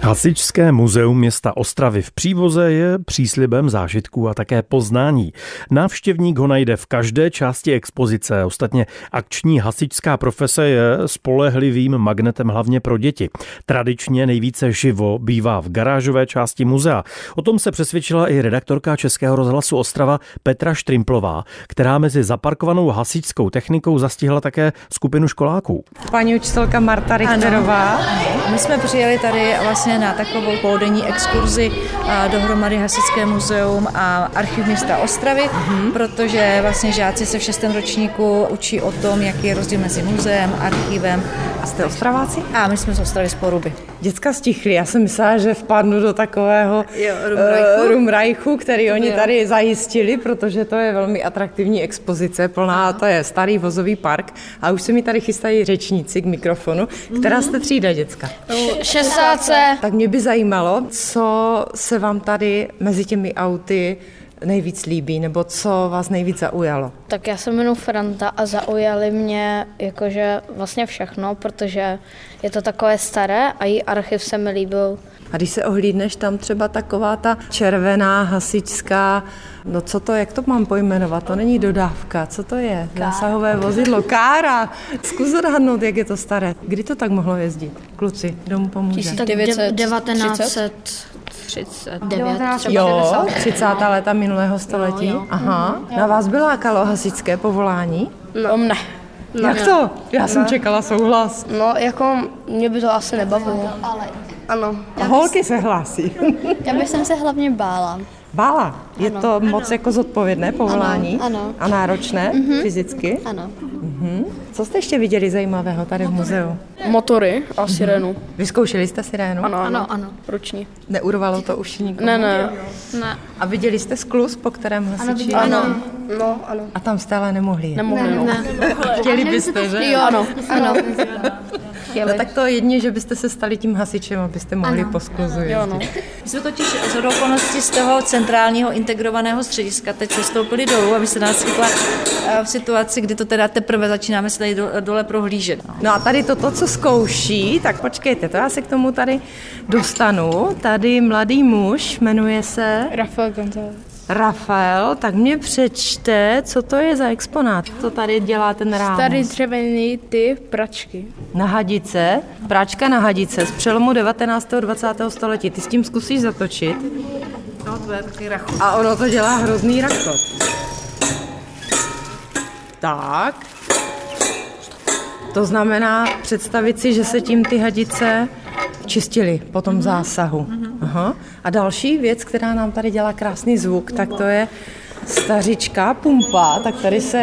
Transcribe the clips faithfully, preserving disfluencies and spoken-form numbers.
Hasičské muzeum města Ostravy v Přívoze je příslibem zážitků a také poznání. Návštěvník ho najde v každé části expozice. Ostatně akční hasičská profese je spolehlivým magnetem hlavně pro děti. Tradičně nejvíce živo bývá v garážové části muzea. O tom se přesvědčila i redaktorka Českého rozhlasu Ostrava Petra Štrimplová, která mezi zaparkovanou hasičskou technikou zastihla také skupinu školáků. Paní učitelka Marta Richterová. Ano. My jsme přijeli tady vlastně na takovou polodenní exkurzi dohromady Hasičské muzeum a archiv města Ostravy, uh-huh. protože vlastně žáci se v šestém ročníku učí o tom, jaký je rozdíl mezi muzeem, archivem. A jste Ostraváci? A my jsme z Ostravy z Poruby. Děcka stichli, já jsem myslela, že vpadnu do takového rumrajchu, rumrajchu, který oni tady zajistili, protože to je velmi atraktivní expozice, plná, to je starý vozový park a už se mi tady chystají řečníci k mikrofonu. Která jste třída, děcka? Šestnácté. Tak mě by zajímalo, co se vám tady mezi těmi auty nejvíc líbí, nebo co vás nejvíc zaujalo? Tak já se jmenuji Franta a zaujaly mě jakože vlastně všechno, protože je to takové staré a její archiv se mi líbil. A když se ohlídneš, tam třeba taková ta červená hasičská, no co to, jak to mám pojmenovat? To není dodávka, co to je? Zásahové vozidlo, kára. Zkus odhadnout, jak je to staré. Kdy to tak mohlo jezdit? Kluci, kdo mu pomůže? devatenáct set třicet devět. Jo, třicátá léta minulého století. No, jo. Aha. Na vás by lákalo hasičské povolání? No, ne. No, jak ne. to? Já no. jsem čekala souhlas. No, jako mě by to asi nebavilo. Ale ano. A holky se hlásí. Já bych se hlavně bála. Bála? Je ano. to Ano. moc jako zodpovědné povolání? Ano. ano. A náročné Mm-hmm. fyzicky? Ano. Mm-hmm. Co jste ještě viděli zajímavého tady v muzeu? Motory a sirénu. Vyzkoušeli jste sirénu? Ano, ano, Ano, ano. ruční. Neurvalo to uši nikomu? Ne, ne. Ne. A viděli jste skluz, po kterém hasiči? Ano, no, ano. A tam jste ale nemohli jet? Nemohli, no. Ne. Chtěli byste, že? Jo, ano. Ano. No tak to jedině, že byste se stali tím hasičem, abyste mohli Ano. po skluzu jezdit. Jo, no. My jsme totiž z okolností z toho centrálního integrovaného střediska teď přestoupili dolů, aby se nás chytla v situaci, kdy to teda teprve začínáme se tady dole prohlížet. No a tady toto, co zkouší, tak počkejte, to já se k tomu tady dostanu. Tady mladý muž, jmenuje se Rafael González. Rafael, tak mě přečte, co to je za exponát. Co tady dělá ten rámus? Starý dřevěný ty pračky. Na hadice, práčka na hadice z přelomu devatenáctého a dvacátého století. Ty s tím zkusíš zatočit. No, to je taky rachot. A ono to dělá hrozný rachot. Tak. To znamená představit si, že se tím ty hadice čistili po tom zásahu. Aha. A další věc, která nám tady dělá krásný zvuk, tak to je stařička pumpa, tak tady se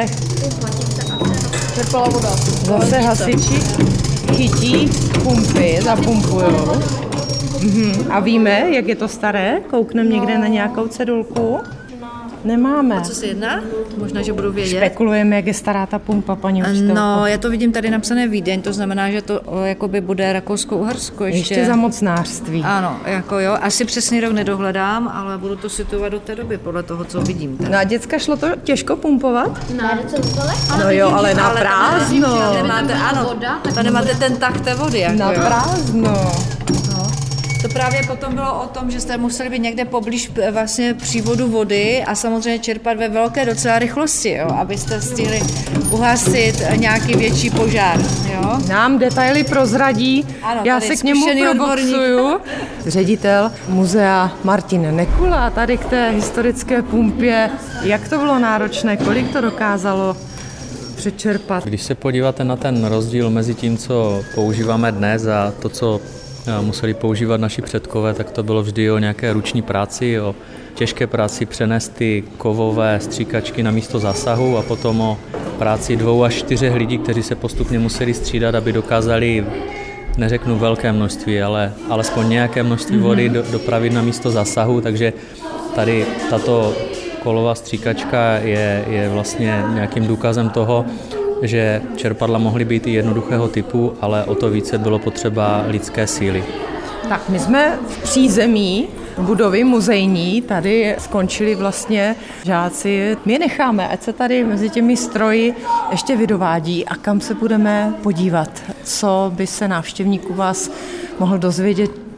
Čerpala voda. zase hasiči chytí pumpy, zapumpujou. Mhm. A víme, jak je to staré? Koukneme někde na nějakou cedulku? Nemáme. Co se jedná? Možná, že budu vědět. Spekulujeme, jak je stará ta pumpa, paní učitelko. No, já to vidím tady napsané Vídeň, to znamená, že to o, jakoby bude Rakousko-Uhersko ještě. Ještě za mocnářství. Ano, jako jo, asi přesný rok nedohledám, ale budu to situovat do té doby, podle toho, co vidím. No a děcka, šlo to těžko pumpovat? Ne. No jo, ale na Ale prázdno. Nemáte, ano, to nemáte ten tah té vody. Jako Na jo. prázdno. To právě potom bylo o tom, že jste museli být někde poblíž vlastně přívodu vody a samozřejmě čerpat ve velké docela rychlosti, jo, abyste stihli uhasit nějaký větší požár. Jo. Nám detaily prozradí, Ano, já tady se k němu zkušený proboxuju. Ředitel muzea Martin Nekula tady k té historické pumpě. Jak to bylo náročné, kolik to dokázalo přečerpat? Když se podíváte na ten rozdíl mezi tím, co používáme dnes a to, co museli používat naši předkové, tak to bylo vždy o nějaké ruční práci, o těžké práci přenést ty kovové stříkačky na místo zásahu a potom o práci dvou až čtyřech lidí, kteří se postupně museli střídat, aby dokázali, neřeknu velké množství, ale alespoň nějaké množství vody do, dopravit na místo zásahu, takže tady tato kolová stříkačka je, je vlastně nějakým důkazem toho, že čerpadla mohly být i jednoduchého typu, ale o to více bylo potřeba lidské síly. Tak my jsme v přízemí budovy muzejní, tady skončili vlastně žáci. My je necháme, ať se tady mezi těmi stroji ještě vydovádí a kam se budeme podívat, co by se návštěvníků vás mohl dozvědět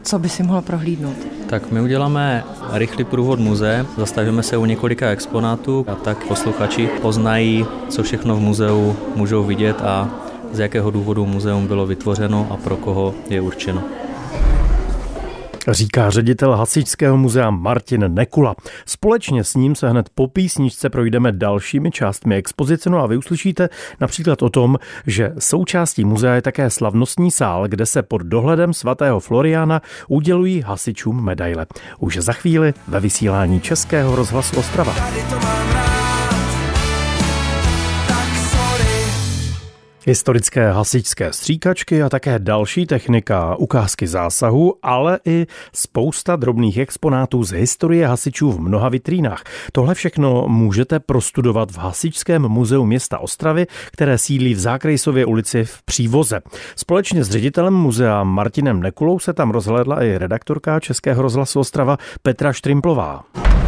co by si mohl prohlídnout? Tak my uděláme rychlý průvod muzea, zastavíme se u několika exponátů a tak posluchači poznají, co všechno v muzeu můžou vidět a z jakého důvodu muzeum bylo vytvořeno a pro koho je určeno. Říká ředitel Hasičského muzea Martin Nekula. Společně s ním se hned po písničce projdeme dalšími částmi expozice, no a vy uslyšíte například o tom, že součástí muzea je také slavnostní sál, kde se pod dohledem svatého Floriána udělují hasičům medaile. Už za chvíli ve vysílání Českého rozhlasu Ostrava. Historické hasičské stříkačky a také další technika, ukázky zásahu, ale i spousta drobných exponátů z historie hasičů v mnoha vitrínách. Tohle všechno můžete prostudovat v Hasičském muzeu města Ostravy, které sídlí v Zákrejsově ulici v Přívoze. Společně s ředitelem muzea Martinem Nekulou se tam rozhlédla i redaktorka Českého rozhlasu Ostrava Petra Štrimplová.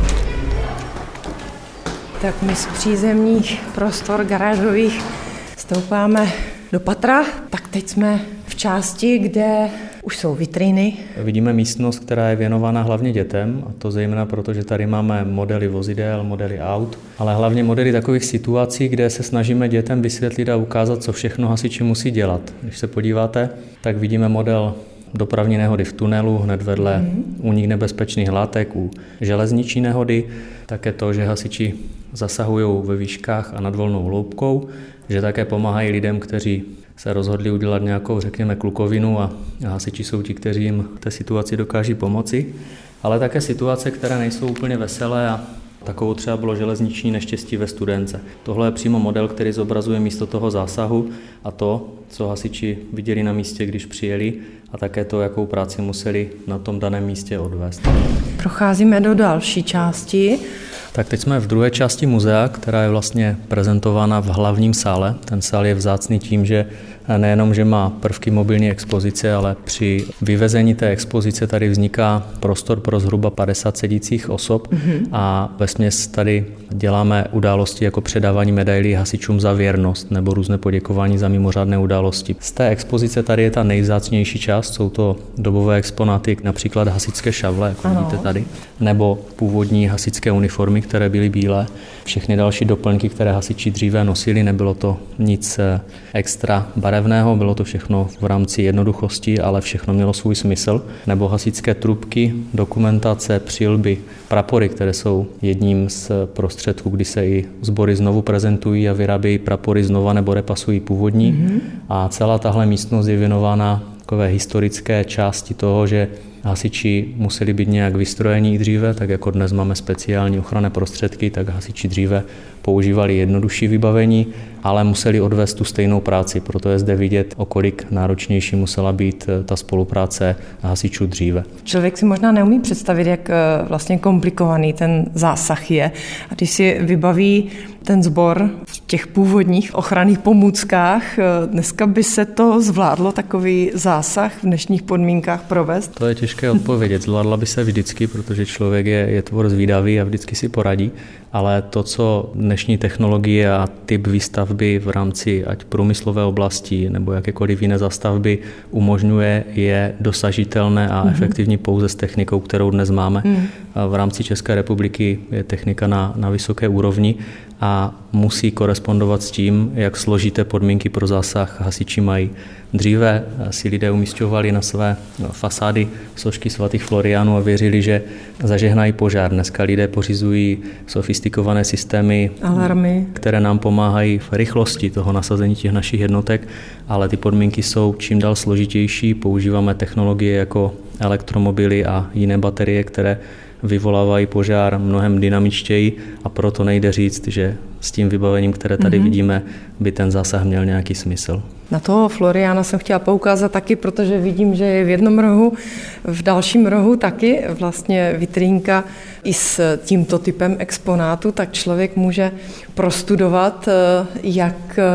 Tak my z přízemních prostor garážových stoupáme do patra, tak teď jsme v části, kde už jsou vitriny. Vidíme místnost, která je věnována hlavně dětem, a to zejména proto, že tady máme modely vozidel, modely aut, ale hlavně modely takových situací, kde se snažíme dětem vysvětlit a ukázat, co všechno hasiči musí dělat. Když se podíváte, tak vidíme model dopravní nehody v tunelu, hned vedle mm. únik nebezpečných látek, u železniční nehody, také to, že hasiči zasahují ve výškách a nad volnou hloubkou, že také pomáhají lidem, kteří se rozhodli udělat nějakou, řekněme, klukovinu a hasiči jsou ti, kteří jim v té situaci dokáží pomoci, ale také situace, které nejsou úplně veselé a takovou třeba bylo železniční neštěstí ve Studénce. Tohle je přímo model, který zobrazuje místo toho zásahu a to, co hasiči viděli na místě, když přijeli a také to, jakou práci museli na tom daném místě odvést. Procházíme do další části. Tak teď jsme v druhé části muzea, která je vlastně prezentována v hlavním sále. Ten sál je vzácný tím, že nejenom, že má prvky mobilní expozice, ale při vyvezení té expozice tady vzniká prostor pro zhruba padesát sedících osob mm-hmm. a vesměs tady děláme události jako předávání medailí hasičům za věrnost nebo různé poděkování za mimořádné události. Z té expozice tady je ta nejvzácnější část, jsou to dobové exponáty, například hasičské šavle, jako ano. vidíte tady, nebo původní hasičské uniformy, které byly bílé. Všechny další doplňky, které hasiči dříve nosili, nebylo to nic extra barevného, bylo to všechno v rámci jednoduchosti, ale všechno mělo svůj smysl. Nebo hasičské trubky, dokumentace, přilby, prapory, které jsou jedním z prostředků, kdy se i sbory znovu prezentují a vyrábějí prapory znova nebo repasují původní. Mm-hmm. A celá tahle místnost je věnována takové historické části toho, že hasiči museli být nějak vystrojení dříve, tak jako dnes máme speciální ochranné prostředky, tak hasiči dříve používali jednodušší vybavení, ale museli odvést tu stejnou práci, proto je zde vidět, o kolik náročnější musela být ta spolupráce hasičů dříve. Člověk si možná neumí představit, jak vlastně komplikovaný ten zásah je. A když si vybaví ten sbor v těch původních ochranných pomůckách, dneska by se to zvládlo takový zásah v dnešních podmínkách provést? To je těžké odpovědět. Zvládla by se vždycky, protože člověk je, je tvor zvídavý a vždycky si poradí, ale to, co dnešní technologie a typ výstavby v rámci ať průmyslové oblasti nebo jakékoliv jiné zastavby umožňuje, je dosažitelné a mm-hmm. efektivní pouze s technikou, kterou dnes máme. Mm. V rámci České republiky je technika na, na vysoké úrovni a musí korespondovat s tím, jak složité podmínky pro zásah hasiči mají. Dříve si lidé umísťovali na své fasády sošky svatých Floriánů a věřili, že zažehnají požár. Dneska lidé pořizují sofistikované systémy, alarmy, které nám pomáhají v rychlosti toho nasazení těch našich jednotek, ale ty podmínky jsou čím dál složitější. Používáme technologie jako elektromobily a jiné baterie, které vyvolávají požár mnohem dynamičtěji a proto nejde říct, že s tím vybavením, které tady mm-hmm. vidíme, by ten zásah měl nějaký smysl. Na toho Floriána jsem chtěla poukázat taky, protože vidím, že je v jednom rohu, v dalším rohu taky vlastně vitrínka i s tímto typem exponátu, tak člověk může prostudovat, jak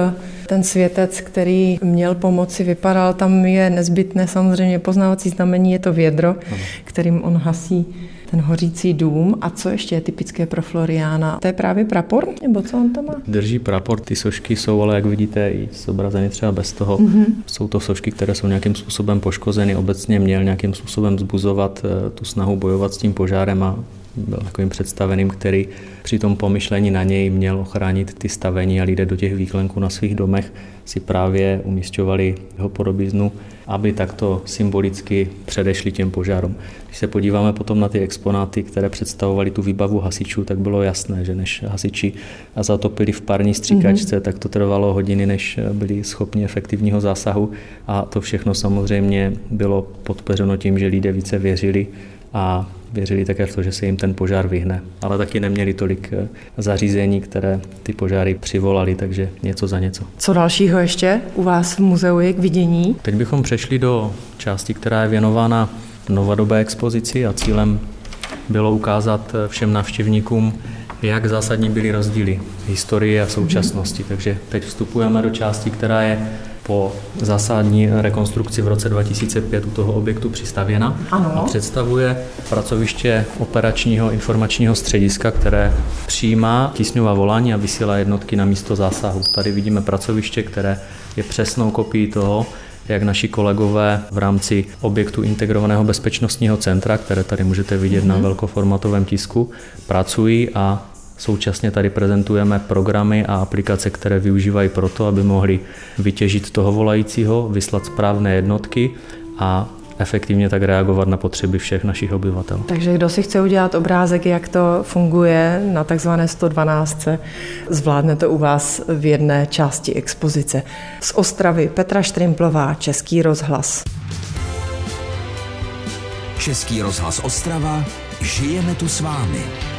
ten světec, který měl pomoci, vypadal. Tam je nezbytné samozřejmě poznávací znamení, je to vědro, kterým on hasí ten hořící dům. A co ještě je typické pro Floriána? To je právě prapor? Nebo co on tam má? Drží prapor, ty sošky jsou, ale jak vidíte, i zobrazeny třeba bez toho. Mm-hmm. Jsou to sošky, které jsou nějakým způsobem poškozeny. Obecně měl nějakým způsobem vzbuzovat tu snahu bojovat s tím požárem a byl takovým představeným, který při tom pomyšlení na něj měl ochránit ty stavení a lidé do těch výklenků na svých domech si právě umisťovali jeho podobiznu, aby takto symbolicky předešli těm požárům. Když se podíváme potom na ty exponáty, které představovaly tu výbavu hasičů, tak bylo jasné, že než hasiči zatopili v parní stříkačce, mm-hmm. tak to trvalo hodiny, než byli schopni efektivního zásahu a to všechno samozřejmě bylo podpořeno tím, že lidé více věřili a věřili také v to, že se jim ten požár vyhne. Ale taky neměli tolik zařízení, které ty požáry přivolali, takže něco za něco. Co dalšího ještě u vás v muzeu je k vidění? Teď bychom přešli do části, která je věnována novodobé expozici a cílem bylo ukázat všem návštěvníkům, jak zásadní byly rozdíly historie a současnosti. Mm-hmm. Takže teď vstupujeme do části, která je po zásadní rekonstrukci v roce dva tisíce pět u toho objektu přistavěna. Ano. A představuje pracoviště operačního informačního střediska, které přijímá tísňová volání a vysílá jednotky na místo zásahu. Tady vidíme pracoviště, které je přesnou kopií toho, jak naši kolegové v rámci objektu integrovaného bezpečnostního centra, které tady můžete vidět mm-hmm. na velkoformatovém tisku, pracují a současně tady prezentujeme programy a aplikace, které využívají proto, aby mohli vytěžit toho volajícího, vyslat správné jednotky a efektivně tak reagovat na potřeby všech našich obyvatel. Takže kdo si chce udělat obrázek, jak to funguje na takzvané sto dvanáct, zvládne to u vás v jedné části expozice. Z Ostravy Petra Štrimplová, Český rozhlas. Český rozhlas Ostrava, žijeme tu s vámi.